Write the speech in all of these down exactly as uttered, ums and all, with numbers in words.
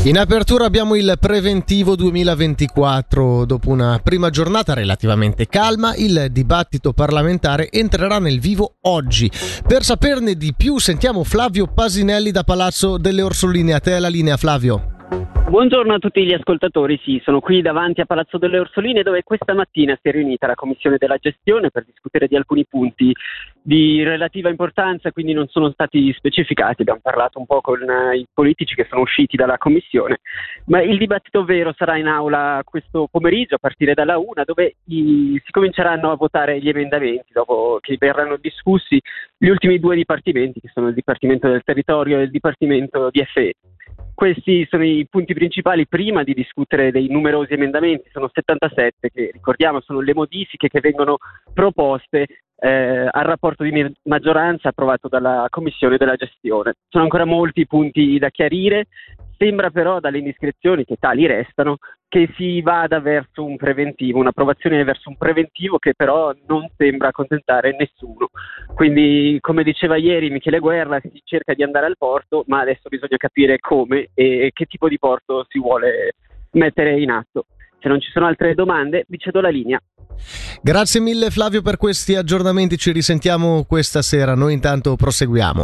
In apertura abbiamo il preventivo duemilaventiquattro. Dopo una prima giornata relativamente calma, il dibattito parlamentare entrerà nel vivo oggi. Per saperne di più sentiamo Flavio Pasinelli da Palazzo delle Orsoline. A te la linea, Flavio. Buongiorno a tutti gli ascoltatori, sì, sono qui davanti a Palazzo delle Orsoline dove questa mattina si è riunita la Commissione della Gestione per discutere di alcuni punti di relativa importanza, quindi non sono stati specificati, abbiamo parlato un po' con uh, i politici che sono usciti dalla Commissione, ma il dibattito vero sarà in aula questo pomeriggio a partire dalla una, dove i, si cominceranno a votare gli emendamenti dopo che verranno discussi gli ultimi due dipartimenti, che sono il Dipartimento del Territorio e il Dipartimento di F E. Questi sono i punti principali prima di discutere dei numerosi emendamenti, sono settantasette che ricordiamo sono le modifiche che vengono proposte eh, al rapporto di maggioranza approvato dalla Commissione della Gestione. Sono ancora molti punti da chiarire, sembra però dalle indiscrezioni che tali restano che si vada verso un preventivo, un'approvazione verso un preventivo che però non sembra accontentare nessuno. Quindi, come diceva ieri Michele Guerra, si cerca di andare al porto, ma adesso bisogna capire come e che tipo di porto si vuole mettere in atto. Se non ci sono altre domande, vi cedo la linea. Grazie mille Flavio per questi aggiornamenti, ci risentiamo questa sera, noi intanto proseguiamo.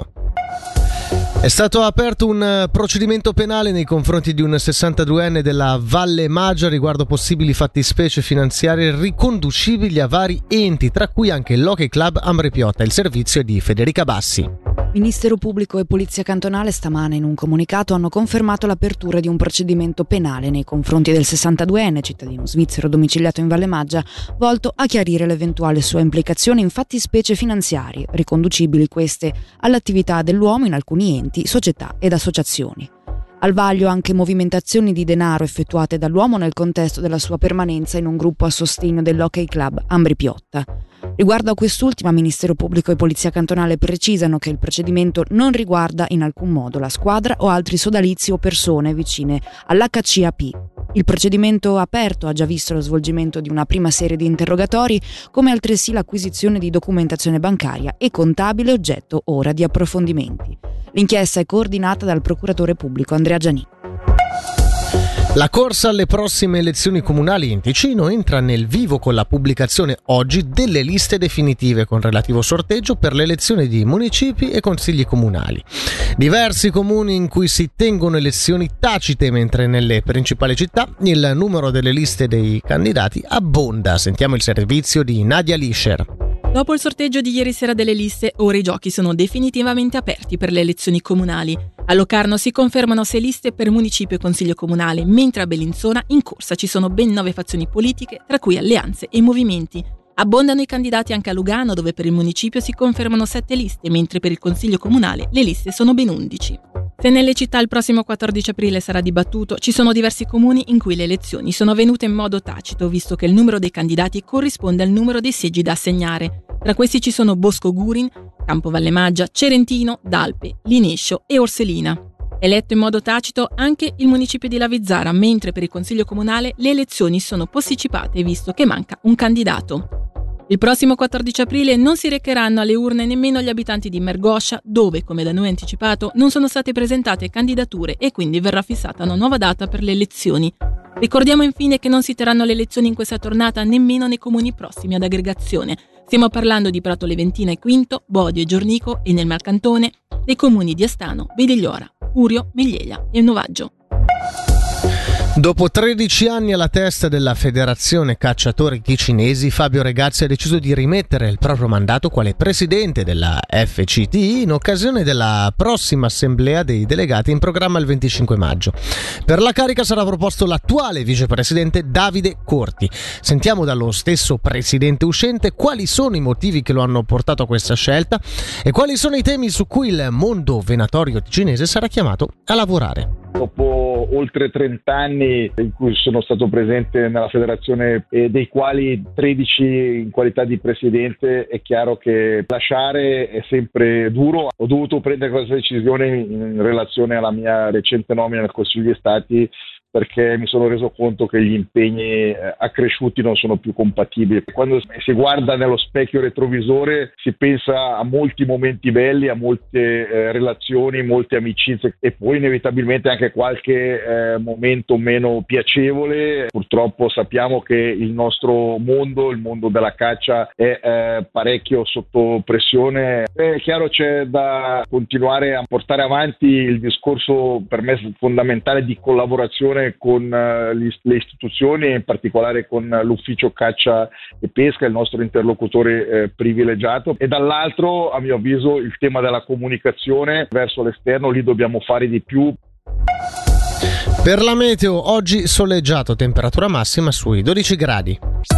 È stato aperto un procedimento penale nei confronti di un sessantaduenne della Valle Maggia riguardo possibili fattispecie finanziarie riconducibili a vari enti, tra cui anche l'Hockey Club Ambrepiotta. Il servizio è di Federica Bassi. Ministero Pubblico e Polizia Cantonale stamane in un comunicato hanno confermato l'apertura di un procedimento penale nei confronti del sessantaduenne, cittadino svizzero domiciliato in Valle Maggia, volto a chiarire l'eventuale sua implicazione in fattispecie finanziarie, riconducibili queste all'attività dell'uomo in alcuni enti, società ed associazioni. Al vaglio anche movimentazioni di denaro effettuate dall'uomo nel contesto della sua permanenza in un gruppo a sostegno dell'Hockey Club Ambrepiotta. Riguardo a quest'ultima, Ministero Pubblico e Polizia Cantonale precisano che il procedimento non riguarda in alcun modo la squadra o altri sodalizi o persone vicine all'H C A P. Il procedimento aperto ha già visto lo svolgimento di una prima serie di interrogatori, come altresì l'acquisizione di documentazione bancaria e contabile oggetto ora di approfondimenti. L'inchiesta è coordinata dal procuratore pubblico Andrea Gianni. La corsa alle prossime elezioni comunali in Ticino entra nel vivo con la pubblicazione oggi delle liste definitive con relativo sorteggio per le elezioni di municipi e consigli comunali. Diversi comuni in cui si tengono elezioni tacite, mentre nelle principali città il numero delle liste dei candidati abbonda. Sentiamo il servizio di Nadia Lischer. Dopo il sorteggio di ieri sera delle liste, ora i giochi sono definitivamente aperti per le elezioni comunali. A Locarno si confermano sei liste per municipio e consiglio comunale, mentre a Bellinzona in corsa ci sono ben nove fazioni politiche, tra cui alleanze e movimenti. Abbondano i candidati anche a Lugano, dove per il municipio si confermano sette liste, mentre per il consiglio comunale le liste sono ben undici. Se nelle città il prossimo quattordici aprile sarà dibattuto, ci sono diversi comuni in cui le elezioni sono avvenute in modo tacito, visto che il numero dei candidati corrisponde al numero dei seggi da assegnare. Tra questi ci sono Bosco Gurin, Campo Valle Maggia, Cerentino, Dalpe, Linescio e Orselina. Eletto in modo tacito anche il municipio di Lavizzara, mentre per il consiglio comunale le elezioni sono posticipate visto che manca un candidato. Il prossimo quattordici aprile non si recheranno alle urne nemmeno gli abitanti di Mergoscia, dove, come da noi anticipato, non sono state presentate candidature e quindi verrà fissata una nuova data per le elezioni. Ricordiamo infine che non si terranno le elezioni in questa tornata nemmeno nei comuni prossimi ad aggregazione. Stiamo parlando di Prato Leventina e Quinto, Bodio e Giornico e nel Marcantone, dei comuni di Astano, Bedigliora, Curio, Migliela e Novaggio. Dopo tredici anni alla testa della Federazione Cacciatori Ticinesi, Fabio Regazzi ha deciso di rimettere il proprio mandato quale presidente della F C T I in occasione della prossima assemblea dei delegati in programma il venticinque maggio. Per la carica sarà proposto l'attuale vicepresidente Davide Corti. Sentiamo dallo stesso presidente uscente quali sono i motivi che lo hanno portato a questa scelta e quali sono i temi su cui il mondo venatorio ticinese sarà chiamato a lavorare. Dopo oltre trenta anni in cui sono stato presente nella federazione e dei quali tredici in qualità di presidente, è chiaro che lasciare è sempre duro. Ho dovuto prendere questa decisione in relazione alla mia recente nomina al Consiglio di Stati, perché mi sono reso conto che gli impegni eh, accresciuti non sono più compatibili. Quando si guarda nello specchio retrovisore si pensa a molti momenti belli, a molte eh, relazioni, molte amicizie e poi inevitabilmente anche qualche eh, momento meno piacevole. Purtroppo sappiamo che il nostro mondo, il mondo della caccia è eh, parecchio sotto pressione. È chiaro, c'è da continuare a portare avanti il discorso per me fondamentale di collaborazione con uh, le istituzioni, in particolare con l'ufficio caccia e pesca, il nostro interlocutore eh, privilegiato, e dall'altro a mio avviso il tema della comunicazione verso l'esterno, lì dobbiamo fare di più. Per la meteo oggi soleggiato, temperatura massima sui dodici gradi.